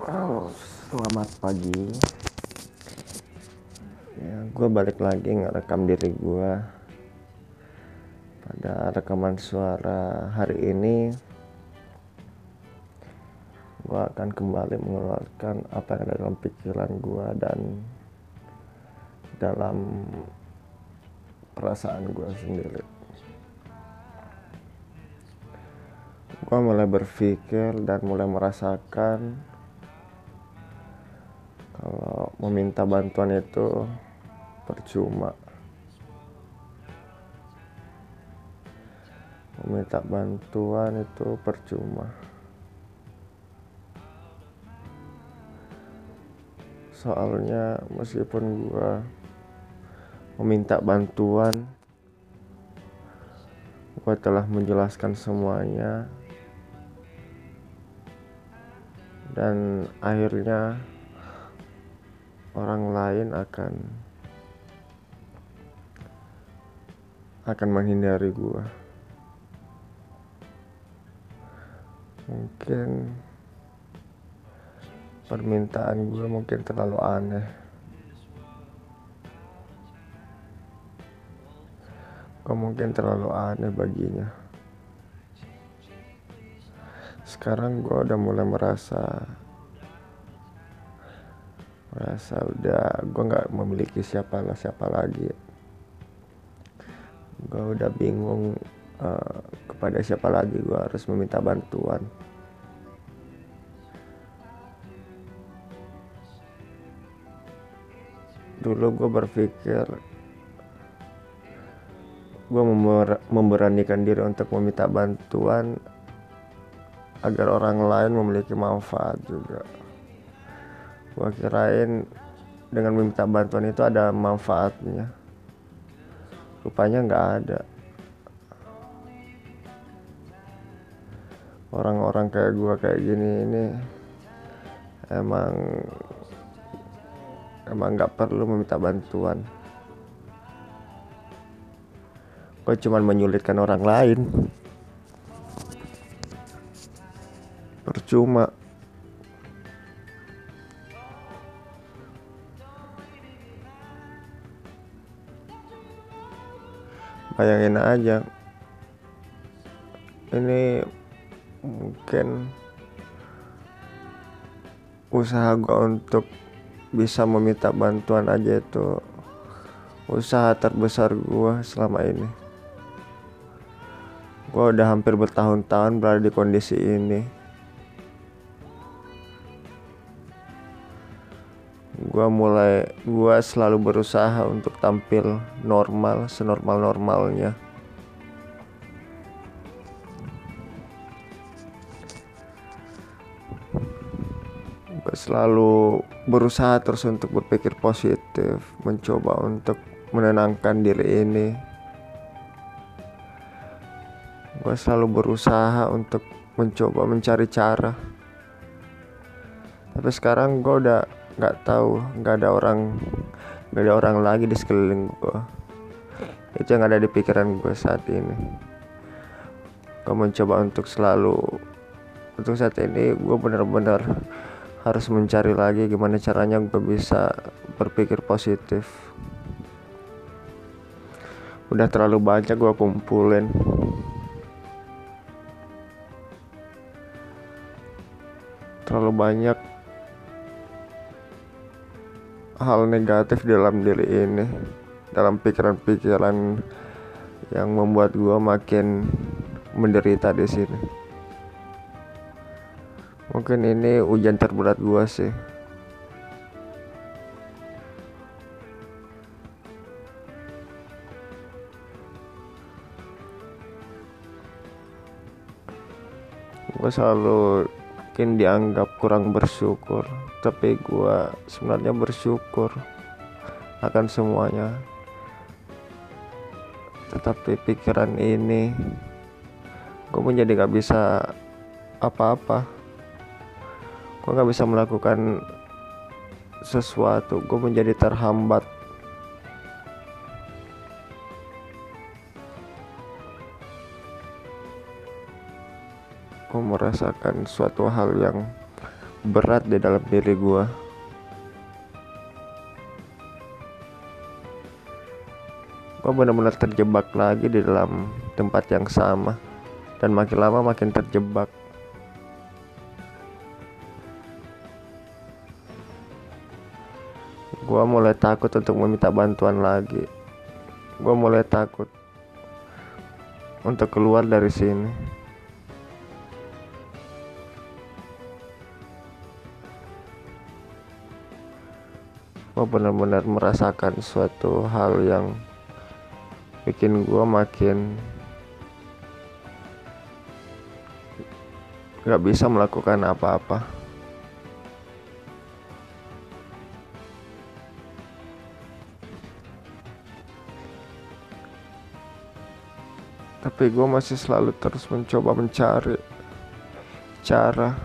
Oh, selamat pagi. Ya, gue balik lagi ngerekam diri gue. Pada rekaman suara hari ini, gue akan kembali mengeluarkan apa yang ada dalam pikiran gue dan dalam perasaan gue sendiri. Gue mulai berpikir dan mulai merasakan kalau meminta bantuan itu percuma. Meminta bantuan itu percuma. Soalnya meskipun gue meminta bantuan, gue telah menjelaskan semuanya, dan akhirnya orang lain akan menghindari gue. Mungkin permintaan gue mungkin terlalu aneh. Gue mungkin terlalu aneh baginya. Sekarang gue udah mulai merasa udah gue nggak memiliki siapa lagi. Gue udah bingung kepada siapa lagi gue harus meminta bantuan. Dulu gue berpikir gue memberanikan diri untuk meminta bantuan agar orang lain memiliki manfaat juga. Gue kirain dengan meminta bantuan itu ada manfaatnya. Rupanya nggak ada. Orang-orang kayak gue kayak gini ini emang nggak perlu meminta bantuan. Gue cuma menyulitkan orang lain. Percuma. Bayangin aja, ini mungkin usaha gue untuk bisa meminta bantuan aja itu usaha terbesar gue selama ini. Gue udah hampir bertahun-tahun berada di kondisi ini. Gue selalu berusaha untuk tampil normal, senormal-normalnya. Gue selalu berusaha terus untuk berpikir positif, mencoba untuk menenangkan diri ini. Gue selalu berusaha untuk mencoba mencari cara. Tapi sekarang gue udah nggak tahu, nggak ada orang lagi di sekeliling gue. Itu yang ada di pikiran gue saat ini. Gue mencoba untuk saat ini gue benar-benar harus mencari lagi gimana caranya gue bisa berpikir positif. Udah terlalu banyak gue kumpulin. Terlalu banyak hal negatif dalam diri ini, dalam pikiran-pikiran yang membuat gue makin menderita di sini. Mungkin ini ujian terberat gue sih. Gue selalu mungkin dianggap kurang bersyukur, tapi gue sebenarnya bersyukur akan semuanya. Tetapi pikiran ini gue menjadi gak bisa apa-apa. Gue gak bisa melakukan sesuatu. Gue menjadi terhambat. Gue merasakan suatu hal yang berat di dalam diri gue. Gue benar-benar terjebak lagi di dalam tempat yang sama, dan makin lama makin terjebak. Gue mulai takut untuk meminta bantuan lagi. Gue mulai takut untuk keluar dari sini. Gue benar-benar merasakan suatu hal yang bikin gue makin gak bisa melakukan apa-apa. Tapi gue masih selalu terus mencoba mencari cara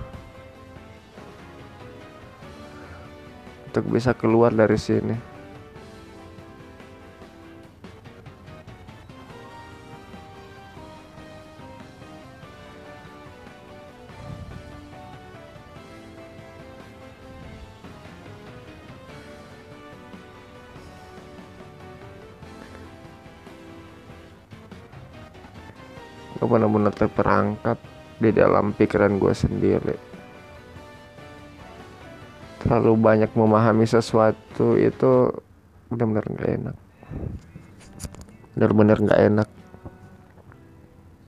untuk bisa keluar dari sini. Gue benar-benar terperangkap di dalam pikiran gue sendiri. Terlalu banyak memahami sesuatu itu benar-benar gak enak. Benar-benar gak enak.